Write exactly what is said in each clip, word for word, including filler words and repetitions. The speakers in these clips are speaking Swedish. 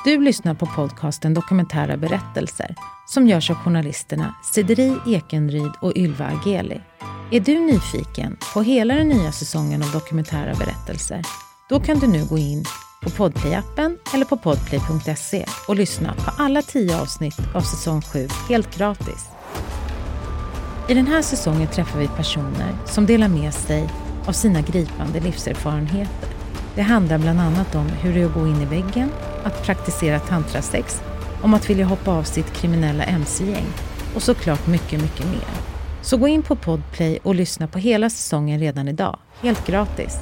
Du lyssnar på podcasten Dokumentära berättelser som görs av journalisterna Sideri Ekenryd och Ylva Ageli. Är du nyfiken på hela den nya säsongen av Dokumentära berättelser? Då kan du nu gå in på Podplay-appen eller på podplay punkt se och lyssna på alla tio avsnitt av säsong sju helt gratis. I den här säsongen träffar vi personer som delar med sig av sina gripande livserfarenheter. Det handlar bland annat om hur det är att gå in i väggen, att praktisera tantrasex, om att vilja hoppa av sitt kriminella M C-gäng och såklart mycket, mycket mer. Så gå in på Podplay och lyssna på hela säsongen redan idag, helt gratis.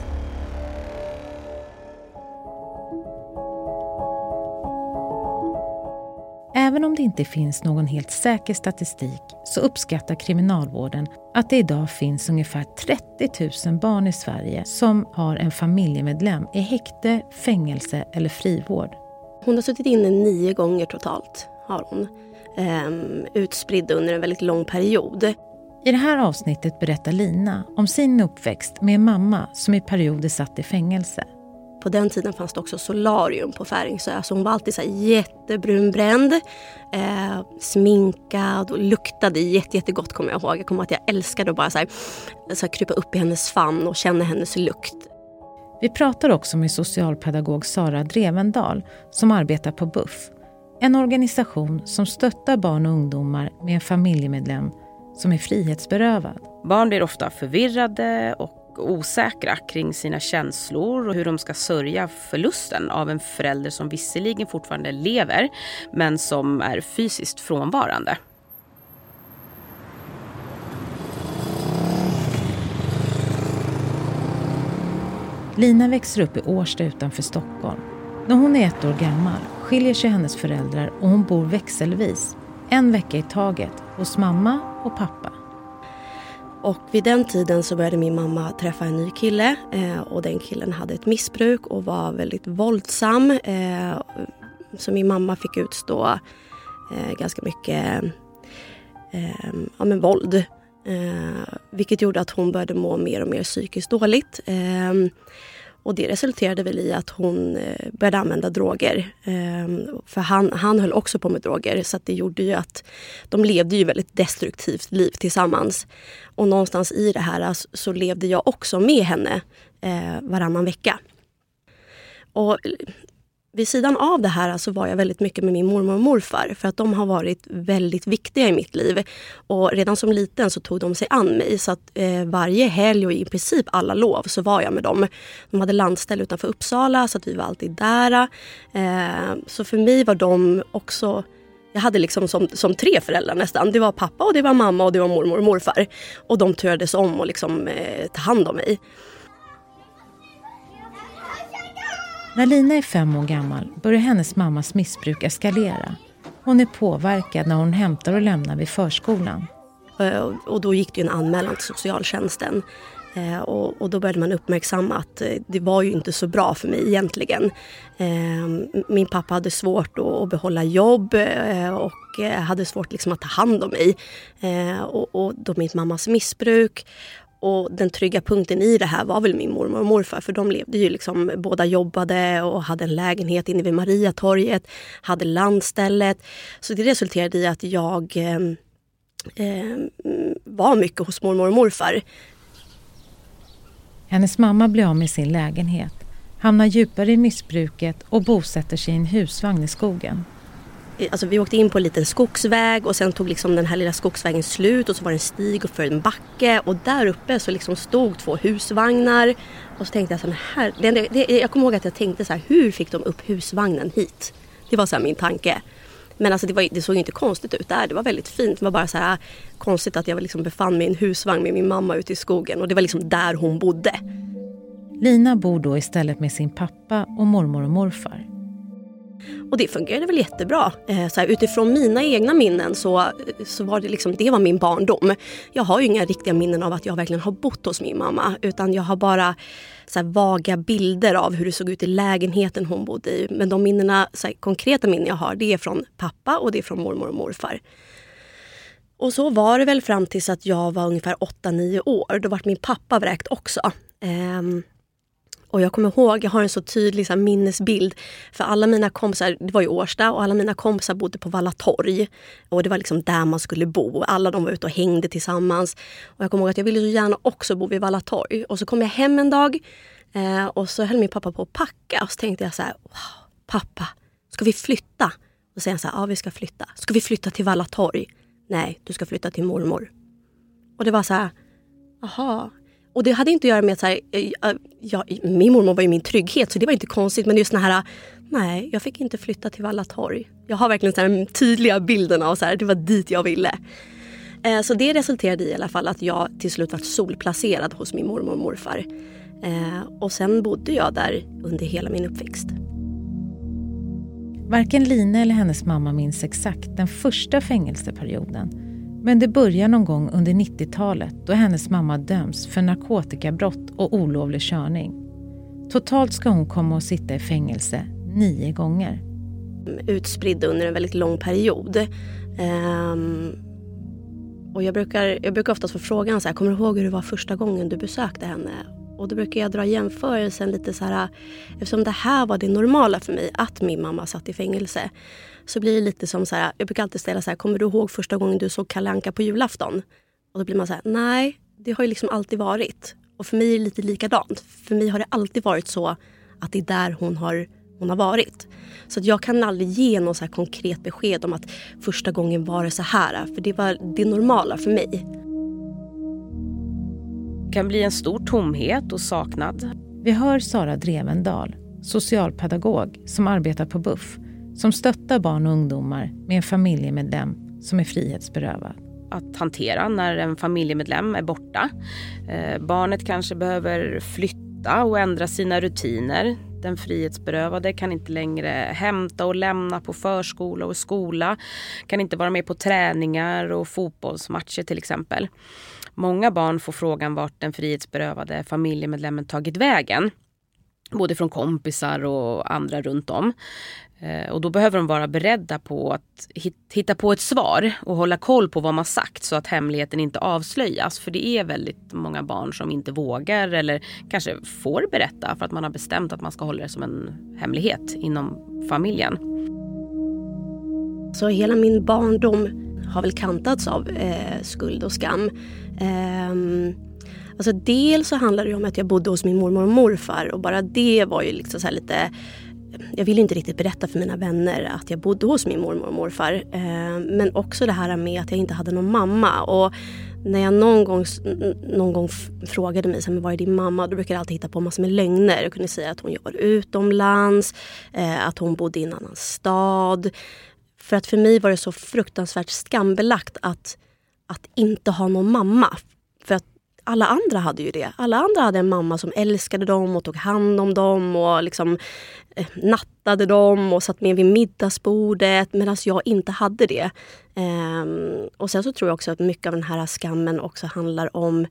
Även om det inte finns någon helt säker statistik så uppskattar kriminalvården att det idag finns ungefär trettio tusen barn i Sverige som har en familjemedlem i häkte, fängelse eller frivård. Hon har suttit inne nio gånger totalt, har hon. Ehm, utspridd under en väldigt lång period. I det här avsnittet berättar Lina om sin uppväxt med en mamma som i perioder satt i fängelse. På den tiden fanns det också solarium på Färingsö. Så hon var alltid så här jättebrunbränd, eh, sminkad och luktade jätte, jättegott, kommer jag ihåg. Jag kommer att jag älskade att bara så här, så här, krypa upp i hennes famn och känna hennes lukt. Vi pratar också med socialpedagog Sara Drevendal som arbetar på B U F. En organisation som stöttar barn och ungdomar med en familjemedlem som är frihetsberövad. Barn blir ofta förvirrade och osäkra kring sina känslor och hur de ska sörja förlusten av en förälder som visserligen fortfarande lever men som är fysiskt frånvarande. Lina växer upp i Årsta utanför Stockholm. När hon är ett år gammal skiljer sig hennes föräldrar och hon bor växelvis, en vecka i taget, hos mamma och pappa. Och vid den tiden så började min mamma träffa en ny kille eh, och den killen hade ett missbruk och var väldigt våldsam. Eh, så min mamma fick utstå eh, ganska mycket eh, ja, men våld. Eh, vilket gjorde att hon började må mer och mer psykiskt dåligt. Eh, och det resulterade väl i att hon eh, började använda droger. Eh, för han, han höll också på med droger, så att det gjorde ju att de levde ju väldigt destruktivt liv tillsammans. Och någonstans i det här så, så levde jag också med henne eh, varannan vecka. Och vid sidan av det här så var jag väldigt mycket med min mormor och morfar. För att de har varit väldigt viktiga i mitt liv. Och redan som liten så tog de sig an mig. Så att eh, varje helg och i princip alla lov så var jag med dem. De hade landställ utanför Uppsala så att vi var alltid där. Eh, så för mig var de också... Jag hade liksom som, som tre föräldrar nästan. Det var pappa och det var mamma och det var mormor och morfar. Och de turades om och liksom, eh, ta hand om mig. När Lina är fem år gammal börjar hennes mammas missbruk eskalera. Hon är påverkad när hon hämtar och lämnar vid förskolan. Och då gick det ju en anmälan till socialtjänsten. Och, och då började man uppmärksamma att det var ju inte så bra för mig egentligen. Min pappa hade svårt att behålla jobb och hade svårt liksom att ta hand om mig. Och, och då min mammas missbruk. Och den trygga punkten i det här var väl min mormor och morfar. För de levde ju liksom, båda jobbade och hade en lägenhet inne vid Mariatorget. Hade landstället. Så det resulterade i att jag eh, eh, var mycket hos mormor och morfar. Hennes mamma blir av med sin lägenhet. Hamnar djupare i missbruket och bosätter sig i en husvagn i skogen. Alltså vi åkte in på en liten skogsväg och sen tog liksom den här lilla skogsvägen slut och så var det en stig och för en backe och där uppe så liksom stod två husvagnar och så tänkte jag så här, det, det, jag kommer ihåg att jag tänkte så här, hur fick de upp husvagnen hit? Det var så här min tanke. Men alltså det, var, det såg inte konstigt ut där, det var väldigt fint. Det var bara så här konstigt att jag liksom befann mig i en husvagn med min mamma ute i skogen och det var liksom där hon bodde. Lina bor då istället med sin pappa och mormor och morfar. Och det fungerade väl jättebra. Eh, så här, utifrån mina egna minnen så, så var det liksom, det var min barndom. Jag har ju inga riktiga minnen av att jag verkligen har bott hos min mamma. Utan jag har bara så här, vaga bilder av hur det såg ut i lägenheten hon bodde i. Men de minnena, så här, konkreta minnen jag har, det är från pappa och det är från mormor och morfar. Och så var det väl fram tills att jag var ungefär åtta nio år. Då var min pappa vräkt också. Ehm, Och jag kommer ihåg, jag har en så tydlig så här, minnesbild. För alla mina kompisar, det var ju Årsta och alla mina kompisar bodde på Valla torg. Och det var liksom där man skulle bo. Alla de var ute och hängde tillsammans. Och jag kommer ihåg att jag ville så gärna också bo vid Valla torg. Och så kom jag hem en dag eh, och så höll min pappa på att packa. Och så tänkte jag så här, wow, pappa, ska vi flytta? Och så säger han så här, ja vi ska flytta. Ska vi flytta till Valla torg? Nej, du ska flytta till mormor. Och det var så här, aha. Och det hade inte att göra med att så här, ja, min mormor var ju min trygghet så det var inte konstigt. Men just den här, nej jag fick inte flytta till Valla torg. Jag har verkligen så här tydliga bilderna och så här, det var dit jag ville. Eh, så det resulterade i, i alla fall att jag till slut var solplacerad hos min mormor och morfar. Eh, och sen bodde jag där under hela min uppväxt. Varken Line eller hennes mamma minns exakt den första fängelseperioden. Men det börjar någon gång under nittiotalet då hennes mamma döms för narkotikabrott och olovlig körning. Totalt ska hon komma och sitta i fängelse nio gånger. Utspridd under en väldigt lång period. Um, och jag brukar, jag brukar oftast få frågan så här, kommer du ihåg hur det var första gången du besökte henne? Och då brukar jag dra jämförelsen lite så här, eftersom det här var det normala för mig, att min mamma satt i fängelse. Så blir det lite som så här, jag brukar alltid ställa så här, kommer du ihåg första gången du såg Kalle Anka på julafton? Och då blir man så här, nej, det har ju liksom alltid varit. Och för mig är det lite likadant. För mig har det alltid varit så att det är där hon har, hon har varit. Så att jag kan aldrig ge något så här konkret besked om att första gången var det så här. För det var det normala för mig. Det kan bli en stor tomhet och saknad. Vi hör Sara Drevendal, socialpedagog som arbetar på B U F, som stöttar barn och ungdomar med en familjemedlem som är frihetsberövad. Att hantera när en familjemedlem är borta. Eh, barnet kanske behöver flytta och ändra sina rutiner. Den frihetsberövade kan inte längre hämta och lämna på förskola och skola. Kan inte vara med på träningar och fotbollsmatcher till exempel. Många barn får frågan vart den frihetsberövade familjemedlemmen tagit vägen. Både från kompisar och andra runt om. Och då behöver de vara beredda på att hitta på ett svar och hålla koll på vad man sagt så att hemligheten inte avslöjas. För det är väldigt många barn som inte vågar eller kanske får berätta för att man har bestämt att man ska hålla det som en hemlighet inom familjen. Så hela min barndom har väl kantats av eh, skuld och skam. Eh, alltså dels så handlar det om att jag bodde hos min mormor och morfar och bara det var ju liksom så här lite... Jag ville inte riktigt berätta för mina vänner att jag bodde hos min mormor och morfar. Eh, men också det här med att jag inte hade någon mamma. Och när jag någon gång, någon gång frågade mig, så här, men vad är din mamma? Då brukade jag alltid hitta på massor med lögner. Jag kunde säga att hon jobbar utomlands. Eh, att hon bodde i en annan stad. För att för mig var det så fruktansvärt skambelagt att, att inte ha någon mamma. För att alla andra hade ju det. Alla andra hade en mamma som älskade dem och tog hand om dem och liksom eh, nattade dem och satt med vid middagsbordet medan jag inte hade det. Ehm, och sen så tror jag också att mycket av den här skammen också handlar om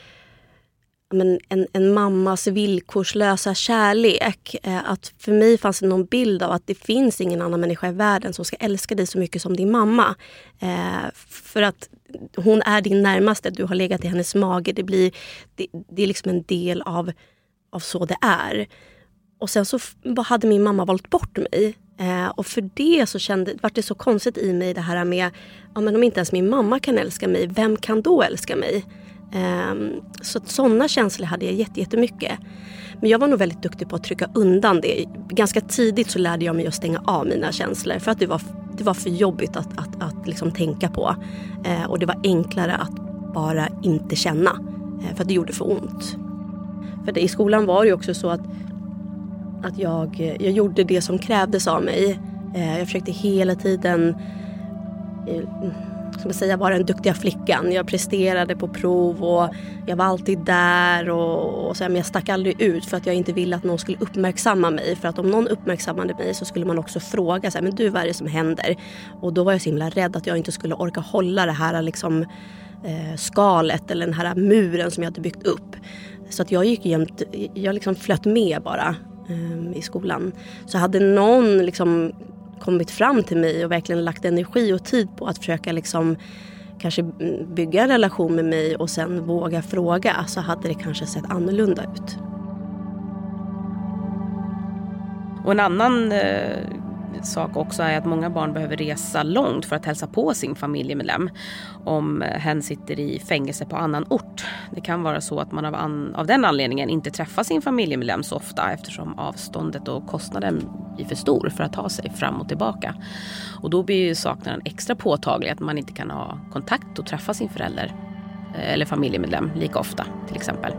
men, en, en mammas villkorslösa kärlek. Eh, att för mig fanns det någon bild av att det finns ingen annan människa i världen som ska älska dig så mycket som din mamma. Eh, för att hon är din närmaste, du har legat i hennes mage. Det, blir, det, det är liksom en del av, av så det är. Och sen så hade min mamma valt bort mig. Eh, och för det så kände, var det så konstigt i mig det här med, ja, men om inte ens min mamma kan älska mig, vem kan då älska mig? Eh, så sådana känslor hade jag jätte, jättemycket. Men jag var nog väldigt duktig på att trycka undan det. Ganska tidigt så lärde jag mig att stänga av mina känslor. För att det var, det var för jobbigt att, att, att liksom tänka på. Eh, och det var enklare att bara inte känna. Eh, för att det gjorde för ont. För det, i skolan var det ju också så att, att jag, jag gjorde det som krävdes av mig. Eh, jag försökte hela tiden... Eh, som jag säga, vara den duktiga flickan. Jag presterade på prov och jag var alltid där och, och så här, men jag stack aldrig ut för att jag inte ville att någon skulle uppmärksamma mig. För att om någon uppmärksammade mig så skulle man också fråga så här, men du, vad är det som händer? Och då var jag så himla rädd att jag inte skulle orka hålla det här liksom, eh, skalet eller den här muren som jag hade byggt upp. Så att jag gick jämt, jag liksom flöt med bara eh, i skolan. Så hade någon liksom kommit fram till mig och verkligen lagt energi och tid på att försöka liksom kanske bygga en relation med mig och sen våga fråga, så hade det kanske sett annorlunda ut. Och en annan eh, sak också är att många barn behöver resa långt för att hälsa på sin familjemedlem om hen sitter i fängelse på annan ort. Det kan vara så att man av, an, av den anledningen inte träffar sin familjemedlem så ofta eftersom avståndet och kostnaden blir för stor för att ta sig fram och tillbaka. Och då blir ju saknaden extra påtaglig att man inte kan ha kontakt och träffa sin förälder eller familjemedlem lika ofta till exempel.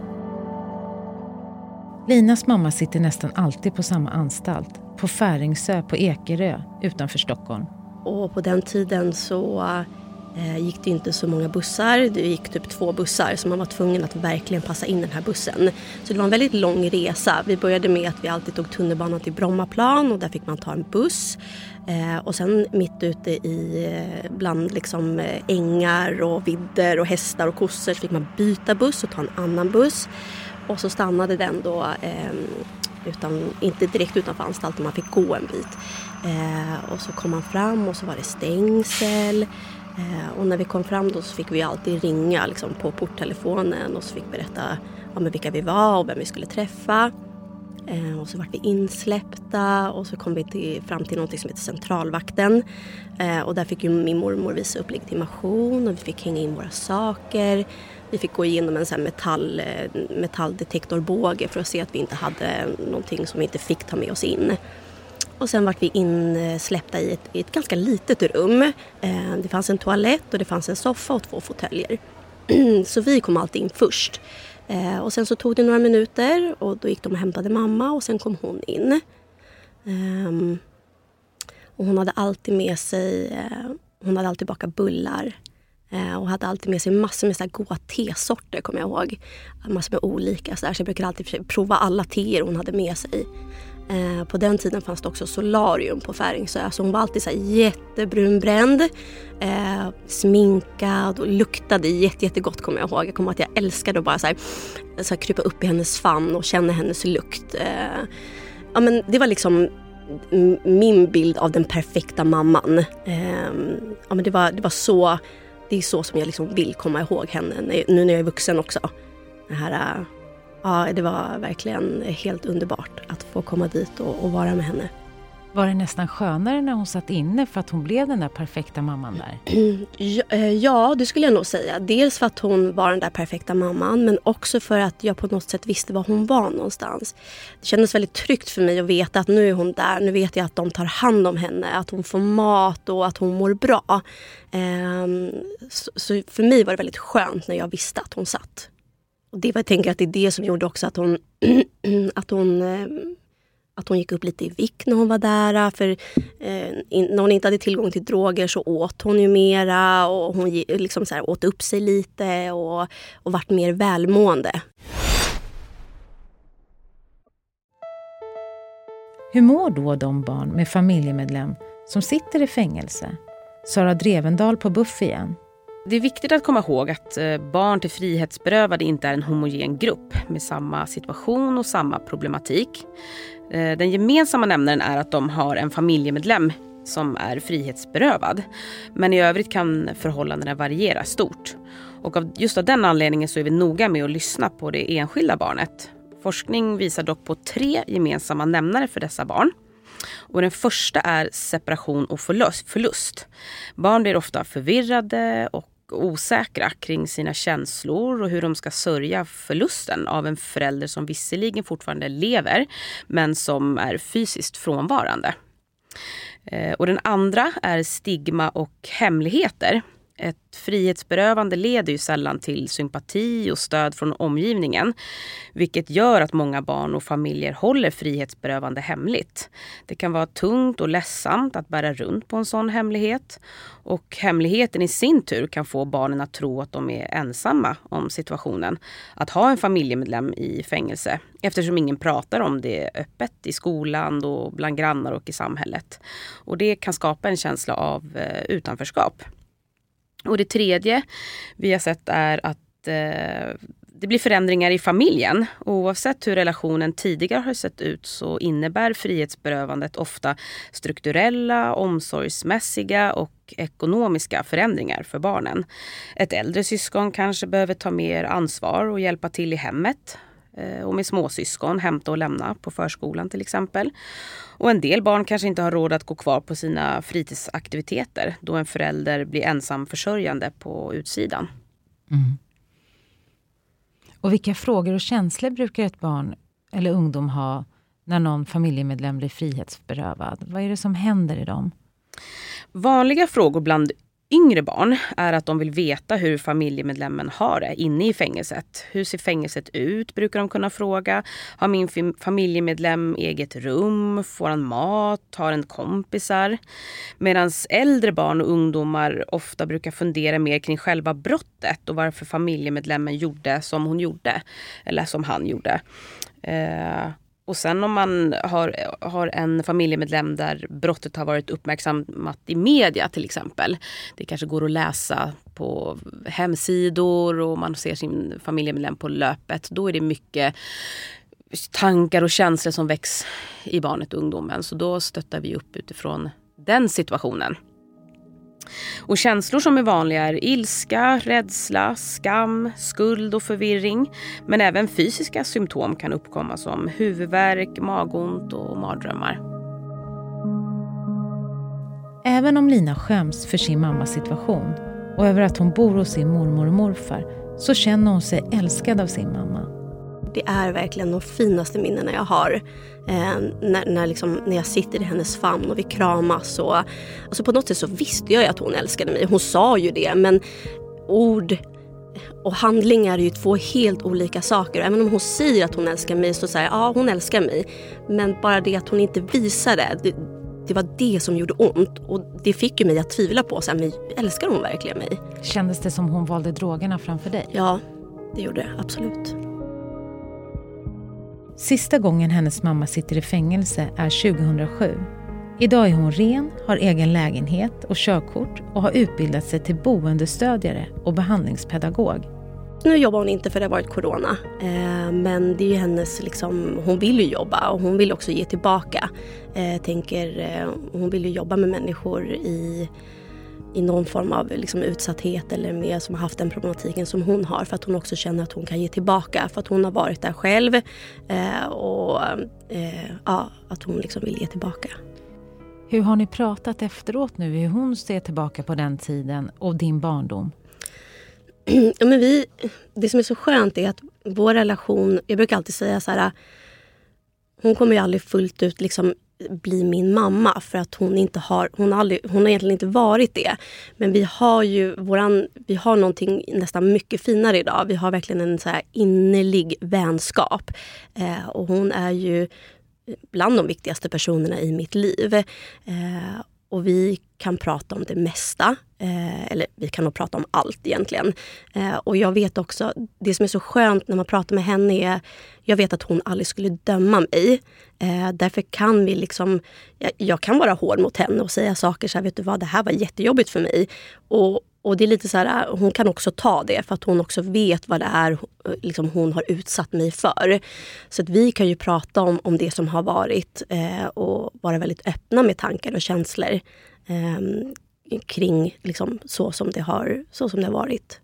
Linas mamma sitter nästan alltid på samma anstalt, på Färingsö på Ekerö utanför Stockholm. Och på den tiden så eh, gick det inte så många bussar. Det gick typ två bussar så man var tvungen att verkligen passa in den här bussen. Så det var en väldigt lång resa. Vi började med att vi alltid tog tunnelbanan till Brommaplan och där fick man ta en buss. Eh, och sen mitt ute i eh, bland liksom, eh, ängar och vidder och hästar och kossor så fick man byta buss och ta en annan buss. Och så stannade den då, eh, utan, inte direkt utanför anstalten, man fick gå en bit. Eh, och så kom man fram och så var det stängsel. Eh, och när vi kom fram då så fick vi alltid ringa liksom, på porttelefonen och så fick berätta ja, men vilka vi var och vem vi skulle träffa. Eh, och så var vi insläppta och så kom vi till, fram till något som heter centralvakten. Eh, och där fick ju min mormor visa upp legitimation och vi fick hänga in våra saker. Vi fick gå igenom en sån här metall, metalldetektorbåge för att se att vi inte hade någonting som vi inte fick ta med oss in. Och sen var vi insläppta i ett, i ett ganska litet rum. Det fanns en toalett och det fanns en soffa och två fåtöljer. Så vi kom alltid in först. Och sen så tog det några minuter och då gick de och hämtade mamma och sen kom hon in. Och hon hade alltid med sig, hon hade alltid bakat bullar. Och hade alltid med sig massor med så här goda tesorter, kommer jag ihåg. Massor med olika. Så, där. Så jag brukade alltid prova alla teer hon hade med sig. Eh, på den tiden fanns det också solarium på Färingsö. Så hon var alltid så här jättebrunbränd. Eh, sminkad och luktade jätte, jättegott, kommer jag ihåg. Jag kommer att jag älskade att bara så här, så här, krypa upp i hennes famn och känna hennes lukt. Eh, ja, men det var liksom min bild av den perfekta mamman. Eh, ja, men det var, det var så... Det är så som jag liksom vill komma ihåg henne nu när jag är vuxen också. Det, här, ja, det var verkligen helt underbart att få komma dit och, och vara med henne. Var det nästan skönare när hon satt inne för att hon blev den där perfekta mamman där? Ja, det skulle jag nog säga. Dels för att hon var den där perfekta mamman, men också för att jag på något sätt visste var hon var någonstans. Det kändes väldigt tryggt för mig att veta att nu är hon där. Nu vet jag att de tar hand om henne, att hon får mat och att hon mår bra. Så för mig var det väldigt skönt när jag visste att hon satt. Och det var, jag tänker att det är det som gjorde också att hon... att hon Att hon gick upp lite i vikt när hon var där. För eh, in, när hon inte hade tillgång till droger så åt hon ju mera. Och hon liksom så här, åt upp sig lite och, och vart mer välmående. Hur mår då de barn med familjemedlem som sitter i fängelse? Sara Drevendal på Buff igen. Det är viktigt att komma ihåg att barn till frihetsberövade inte är en homogen grupp med samma situation och samma problematik. Den gemensamma nämnaren är att de har en familjemedlem som är frihetsberövad. Men i övrigt kan förhållandena variera stort. Och av, just av den anledningen så är vi noga med att lyssna på det enskilda barnet. Forskning visar dock på tre gemensamma nämnare för dessa barn. Och den första är separation och förlust. Barn blir ofta förvirrade och osäkra kring sina känslor och hur de ska sörja förlusten av en förälder som visserligen fortfarande lever men som är fysiskt frånvarande. Och den andra är stigma och hemligheter. Ett frihetsberövande leder ju sällan till sympati och stöd från omgivningen, vilket gör att många barn och familjer håller frihetsberövande hemligt. Det kan vara tungt och ledsamt att bära runt på en sån hemlighet, och hemligheten i sin tur kan få barnen att tro att de är ensamma om situationen, att ha en familjemedlem i fängelse, eftersom ingen pratar om det öppet i skolan och bland grannar och i samhället. Och det kan skapa en känsla av eh, utanförskap. Och det tredje vi har sett är att eh, det blir förändringar i familjen. Oavsett hur relationen tidigare har sett ut så innebär frihetsberövandet ofta strukturella, omsorgsmässiga och ekonomiska förändringar för barnen. Ett äldre syskon kanske behöver ta mer ansvar och hjälpa till i hemmet. och med småsyskon hämta och lämna på förskolan till exempel. Och en del barn kanske inte har råd att gå kvar på sina fritidsaktiviteter då en förälder blir ensam försörjande på utsidan. Mm. Och vilka frågor och känslor brukar ett barn eller ungdom ha när någon familjemedlem blir frihetsberövad? Vad är det som händer i dem? Vanliga frågor bland yngre barn är att de vill veta hur familjemedlemmen har det inne i fängelset. Hur ser fängelset ut, brukar de kunna fråga. Har min familjemedlem eget rum? Får han mat? Har en kompisar? Medan äldre barn och ungdomar ofta brukar fundera mer kring själva brottet och varför familjemedlemmen gjorde som hon gjorde. Eller som han gjorde. Eh... Och sen om man har, har en familjemedlem där brottet har varit uppmärksammat i media till exempel. Det kanske går att läsa på hemsidor och man ser sin familjemedlem på löpet. Då är det mycket tankar och känslor som väcks i barnet och ungdomen. Så då stöttar vi upp utifrån den situationen. Och känslor som är vanliga är ilska, rädsla, skam, skuld och förvirring. Men även fysiska symptom kan uppkomma som huvudvärk, magont och mardrömmar. Även om Lina skäms för sin mammas situation och över att hon bor hos sin mormor och morfar så känner hon sig älskad av sin mamma. Det är verkligen de finaste minnena jag har. Eh, när, när, liksom, när jag sitter i hennes famn och vi kramas. Och, alltså på något sätt så visste jag ju att hon älskade mig. Hon sa ju det. Men ord och handlingar är ju två helt olika saker. Även om hon säger att hon älskar mig så säger jag ja, hon älskar mig. Men bara det att hon inte visade det, det var det som gjorde ont. Och det fick ju mig att tvivla på. Så här, men älskar hon verkligen mig? Kändes det som hon valde drogerna framför dig? Ja, det gjorde det. Absolut. Sista gången hennes mamma sitter i fängelse är tjugohundrasju. Idag är hon ren, har egen lägenhet och körkort och har utbildat sig till boendestödjare och behandlingspedagog. Nu jobbar hon inte för det har varit corona. Eh, men det är ju hennes, liksom, hon vill ju jobba och hon vill också ge tillbaka. Eh, tänker, eh, hon vill ju jobba med människor i... i någon form av liksom utsatthet eller mer som har haft den problematiken som hon har för att hon också känner att hon kan ge tillbaka för att hon har varit där själv eh, och eh, ja, att hon liksom vill ge tillbaka. Hur har ni pratat efteråt nu? Hur hon ser tillbaka på den tiden och din barndom? Ja, men vi, det som är så skönt är att vår relation, jag brukar alltid säga så här, hon kommer ju aldrig fullt ut liksom bli min mamma för att hon inte har hon har, aldrig, hon har egentligen inte varit det, men vi har ju våran, vi har någonting nästan mycket finare idag. Vi har verkligen en så här innerlig vänskap eh, och hon är ju bland de viktigaste personerna i mitt liv eh, och vi kan prata om det mesta eh, eller vi kan nog prata om allt egentligen eh, och jag vet också, det som är så skönt när man pratar med henne är, jag vet att hon aldrig skulle döma mig. Eh, därför kan vi liksom, jag, jag kan vara hård mot henne och säga saker så här, vet du vad, det här var jättejobbigt för mig. Och, och det är lite så här, hon kan också ta det för att hon också vet vad det är liksom, hon har utsatt mig för. Så att vi kan ju prata om, om det som har varit eh, och vara väldigt öppna med tankar och känslor eh, kring liksom, så, som det har, så som det har varit.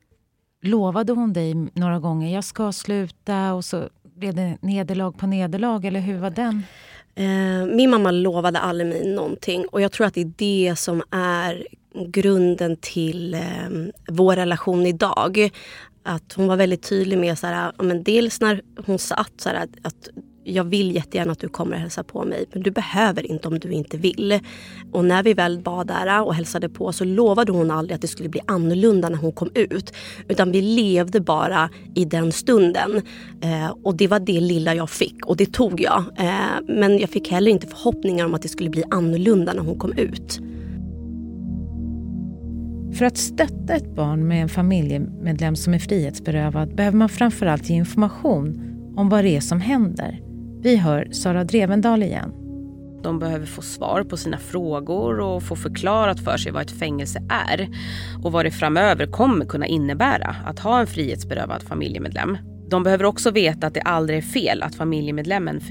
Lovade hon dig några gånger, jag ska sluta och så blev det nederlag på nederlag, eller hur var den? Eh, min mamma lovade aldrig mig någonting och jag tror att det är det som är grunden till eh, vår relation idag. Att hon var väldigt tydlig med så här, men dels när hon satt så här, att, att jag vill jättegärna att du kommer och hälsa på mig, men du behöver inte om du inte vill. Och när vi väl var där och hälsade på så lovade hon aldrig att det skulle bli annorlunda när hon kom ut. Utan vi levde bara i den stunden. Eh, och det var det lilla jag fick och det tog jag. Eh, men jag fick heller inte förhoppningar om att det skulle bli annorlunda när hon kom ut. För att stötta ett barn med en familjemedlem som är frihetsberövad behöver man framförallt ge information om vad det är som händer. Vi hör Sara Drevendal igen. De behöver få svar på sina frågor och få förklarat för sig vad ett fängelse är och vad det framöver kommer kunna innebära att ha en frihetsberövad familjemedlem. De behöver också veta att det aldrig är fel att familjemedlemmen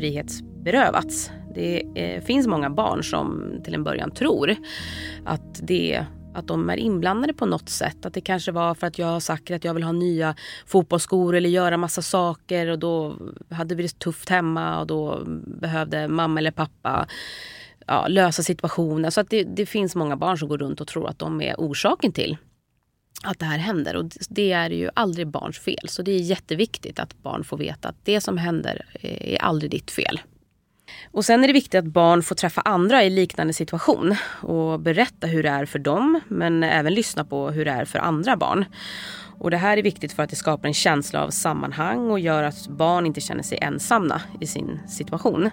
frihetsberövats. Det eh, finns många barn som till en början tror att det att de är inblandade på något sätt. Att det kanske var för att jag har sagt att jag vill ha nya fotbollsskor eller göra massa saker. Och då hade vi det tufft hemma och då behövde mamma eller pappa ja, lösa situationen. Så att det, det finns många barn som går runt och tror att de är orsaken till att det här händer. Och det är ju aldrig barns fel. Så det är jätteviktigt att barn får veta att det som händer är aldrig ditt fel. Och sen är det viktigt att barn får träffa andra i liknande situation och berätta hur det är för dem, men även lyssna på hur det är för andra barn. Och det här är viktigt för att det skapar en känsla av sammanhang och gör att barn inte känner sig ensamma i sin situation.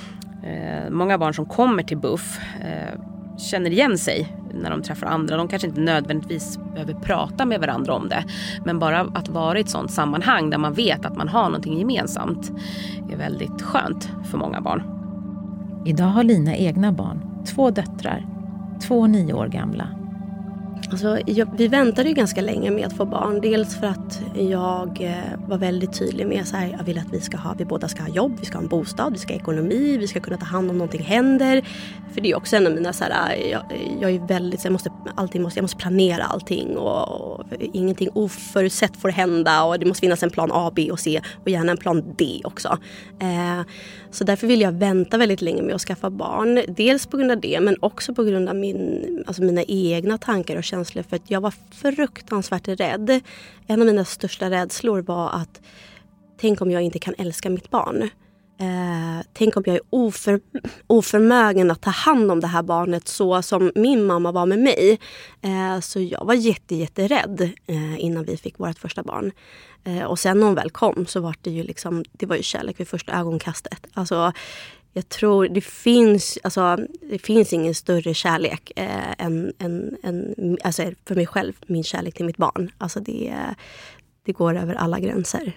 Eh, många barn som kommer till B U F eh, känner igen sig när de träffar andra. De kanske inte nödvändigtvis behöver prata med varandra om det, men bara att vara i ett sådant sammanhang där man vet att man har någonting gemensamt är väldigt skönt för många barn. Idag har Lina egna barn, två döttrar, två nio år gamla. Alltså, jag, vi väntade ju ganska länge med att få barn. Dels för att jag eh, var väldigt tydlig med så här, jag vill att vi ska ha, vi båda ska ha jobb, vi ska ha en bostad, vi ska ha ekonomi, vi ska kunna ta hand om någonting händer. För det är också en av mina så här, jag, jag är väldigt, så jag måste alltid måste, jag måste planera allting och, och ingenting oförutsett får hända och det måste finnas en plan A, B och C och gärna en plan D också. Eh, så därför vill jag vänta väldigt länge med att skaffa barn. Dels på grund av det, men också på grund av min, alltså mina egna tankar och känslor, för att jag var fruktansvärt rädd. En av mina största rädslor var att tänk om jag inte kan älska mitt barn. Eh, tänk om jag är oför, oförmögen att ta hand om det här barnet så som min mamma var med mig. Eh, så jag var jätte, jätterädd eh, innan vi fick vårt första barn. Eh, och sen när hon väl kom så var det ju liksom, det var ju kärlek vid första ögonkastet. Alltså jag tror det finns, alltså, det finns ingen större kärlek eh, än, än, än alltså för mig själv, min kärlek till mitt barn. Alltså det, det går över alla gränser.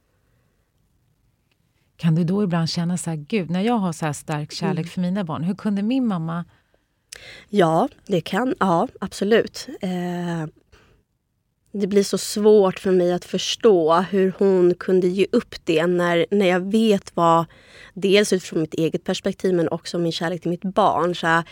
Kan du då ibland känna så här, gud, när jag har så här stark kärlek mm. för mina barn, hur kunde min mamma? Ja, det kan, ja, absolut. Eh, det blir så svårt för mig att förstå hur hon kunde ge upp det när, när jag vet vad, dels utifrån mitt eget perspektiv men också min kärlek till mitt barn. Så här,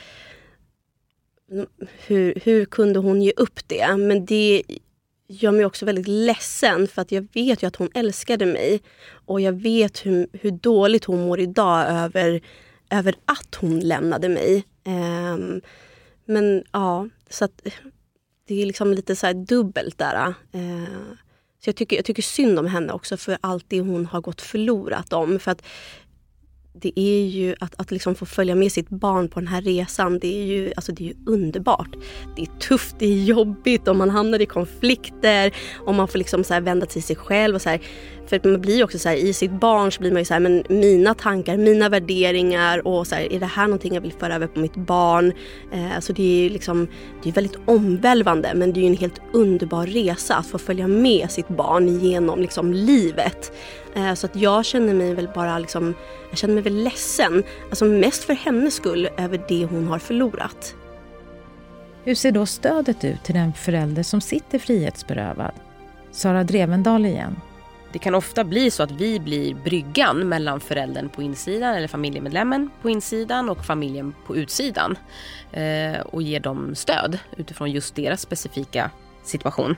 hur, hur kunde hon ge upp det? Men det gör mig också väldigt ledsen för att jag vet ju att hon älskade mig. Och jag vet hur, hur dåligt hon mår idag över, över att hon lämnade mig. Um, men ja, så att det är liksom lite så här dubbelt där. Uh, så jag tycker, jag tycker synd om henne också för allt det hon har gått förlorat om. För att det är ju att, att liksom få följa med sitt barn på den här resan, det är ju, alltså det är ju underbart. Det är tufft, det är jobbigt och man hamnar i konflikter och man får liksom så här vända till sig själv och så här, för man blir ju också så här, i sitt barn så blir man ju så här, men mina tankar, mina värderingar och så här, är det här någonting jag vill föra över på mitt barn? Eh, så det är ju liksom, det är väldigt omvälvande, men det är ju en helt underbar resa att få följa med sitt barn genom liksom livet. Eh, så att jag känner mig väl bara liksom, jag känner mig väl ledsen, alltså mest för hennes skull över det hon har förlorat. Hur ser då stödet ut till den förälder som sitter frihetsberövad? Sara Drevendal igen. Det kan ofta bli så att vi blir bryggan mellan föräldern på insidan eller familjemedlemmen på insidan och familjen på utsidan eh, och ger dem stöd utifrån just deras specifika situation.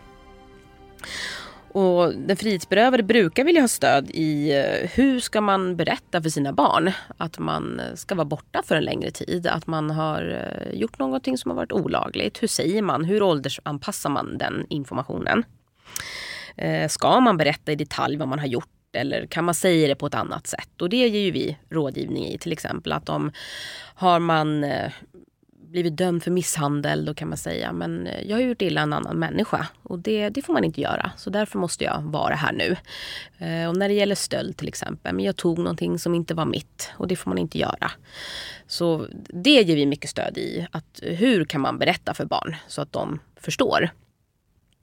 Och den frihetsberövade brukar vilja ha stöd i hur ska man berätta för sina barn att man ska vara borta för en längre tid, att man har gjort någonting som har varit olagligt. Hur säger man? Hur åldersanpassar man den informationen? Ska man berätta i detalj vad man har gjort eller kan man säga det på ett annat sätt? Och det ger ju vi rådgivning i, till exempel att om har man blivit dömd för misshandel, då kan man säga men jag har gjort illa en annan människa och det, det får man inte göra, så därför måste jag vara här nu. Och när det gäller stöld till exempel, men jag tog någonting som inte var mitt och det får man inte göra. Så det ger vi mycket stöd i, att hur kan man berätta för barn så att de förstår.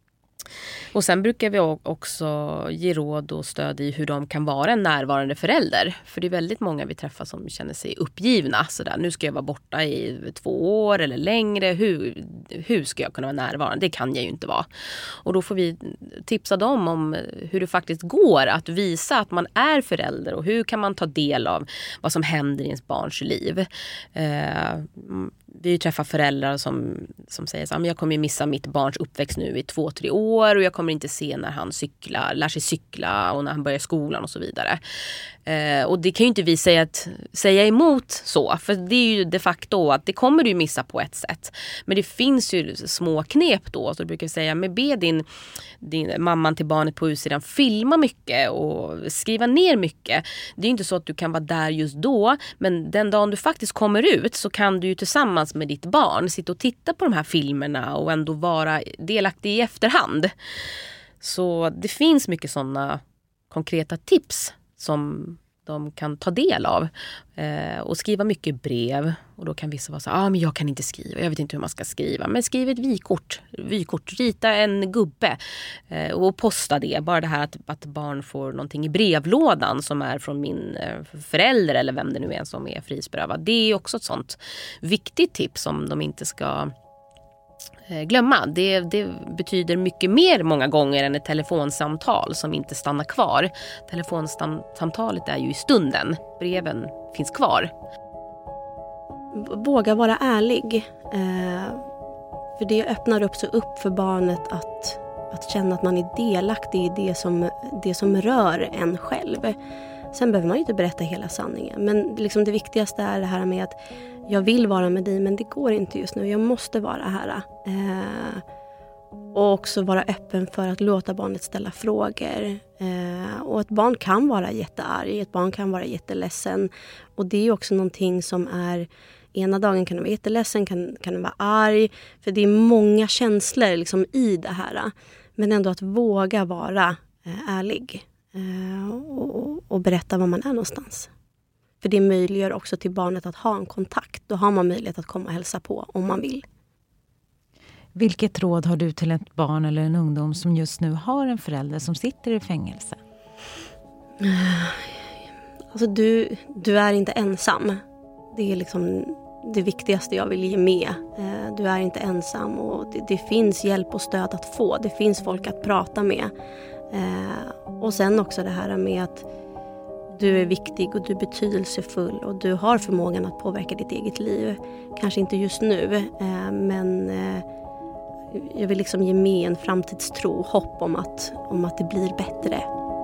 Och sen brukar vi också ge råd och stöd i hur de kan vara en närvarande förälder. För det är väldigt många vi träffar som känner sig uppgivna. Sådär, nu ska jag vara borta i två år eller längre. Hur, hur ska jag kunna vara närvarande? Det kan jag ju inte vara. Och då får vi tipsa dem om hur det faktiskt går att visa att man är förälder. Och hur kan man ta del av vad som händer i ens barns liv. Eh, vi träffar föräldrar som, som säger att jag kommer ju missa mitt barns uppväxt nu i två, tre år och jag kommer inte se när han cyklar, lär sig cykla och när han börjar skolan och så vidare. Eh, och det kan ju inte vi säga, att, säga emot så, för det är ju de facto att det kommer du missa på ett sätt. Men det finns ju små knep då, så du brukar säga, men be din, din mamman till barnet på utsidan filma mycket och skriva ner mycket. Det är inte så att du kan vara där just då, men den dagen du faktiskt kommer ut så kan du ju tillsammans med ditt barn sitta och titta på de här filmerna och ändå vara delaktig i efterhand. Så det finns mycket sådana konkreta tips som de kan ta del av. Eh, och skriva mycket brev. Och då kan vissa vara så ah, men jag kan inte skriva, jag vet inte hur man ska skriva. Men skriv ett vykort, vykort rita en gubbe eh, och posta det. Bara det här att, att barn får någonting i brevlådan som är från min eh, förälder eller vem det nu är som är frihetsberövad. Det är också ett sånt viktigt tips som de inte ska glömma. Det, det betyder mycket mer många gånger än ett telefonsamtal som inte stannar kvar. Telefonsamtalet är ju i stunden. Breven finns kvar. Våga vara ärlig. Eh, för det öppnar upp så upp för barnet att, att känna att man är delaktig i det som, det som rör en själv. Sen behöver man ju inte berätta hela sanningen. Men liksom det viktigaste är det här med att jag vill vara med dig men det går inte just nu. Jag måste vara här. Eh, och också vara öppen för att låta barnet ställa frågor. Eh, och ett barn kan vara jättearg. Ett barn kan vara jätteledsen. Och det är också någonting som är... Ena dagen kan den vara jätteledsen, kan, kan den vara arg. För det är många känslor liksom i det här. Men ändå att våga vara eh, ärlig. Eh, och, och berätta var man är någonstans. För det möjliggör också till barnet att ha en kontakt. Då har man möjlighet att komma och hälsa på om man vill. Vilket råd har du till ett barn eller en ungdom som just nu har en förälder som sitter i fängelse? Alltså du, du är inte ensam. Det är liksom det viktigaste jag vill ge med. Du är inte ensam och det, det finns hjälp och stöd att få. Det finns folk att prata med. Och sen också det här med att du är viktig och du är betydelsefull och du har förmågan att påverka ditt eget liv. Kanske inte just nu, men jag vill liksom ge med en framtidstro, hopp om att, om att det blir bättre.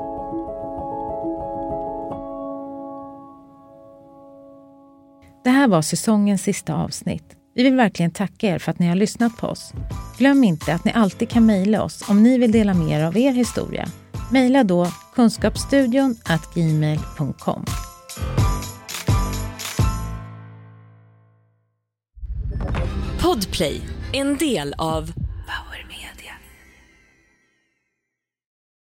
Det här var säsongens sista avsnitt. Vi vill verkligen tacka er för att ni har lyssnat på oss. Glöm inte att ni alltid kan mejla oss om ni vill dela med er av er historia. Mejla då kunskapsstudion at gmail punkt com. Podplay, en del av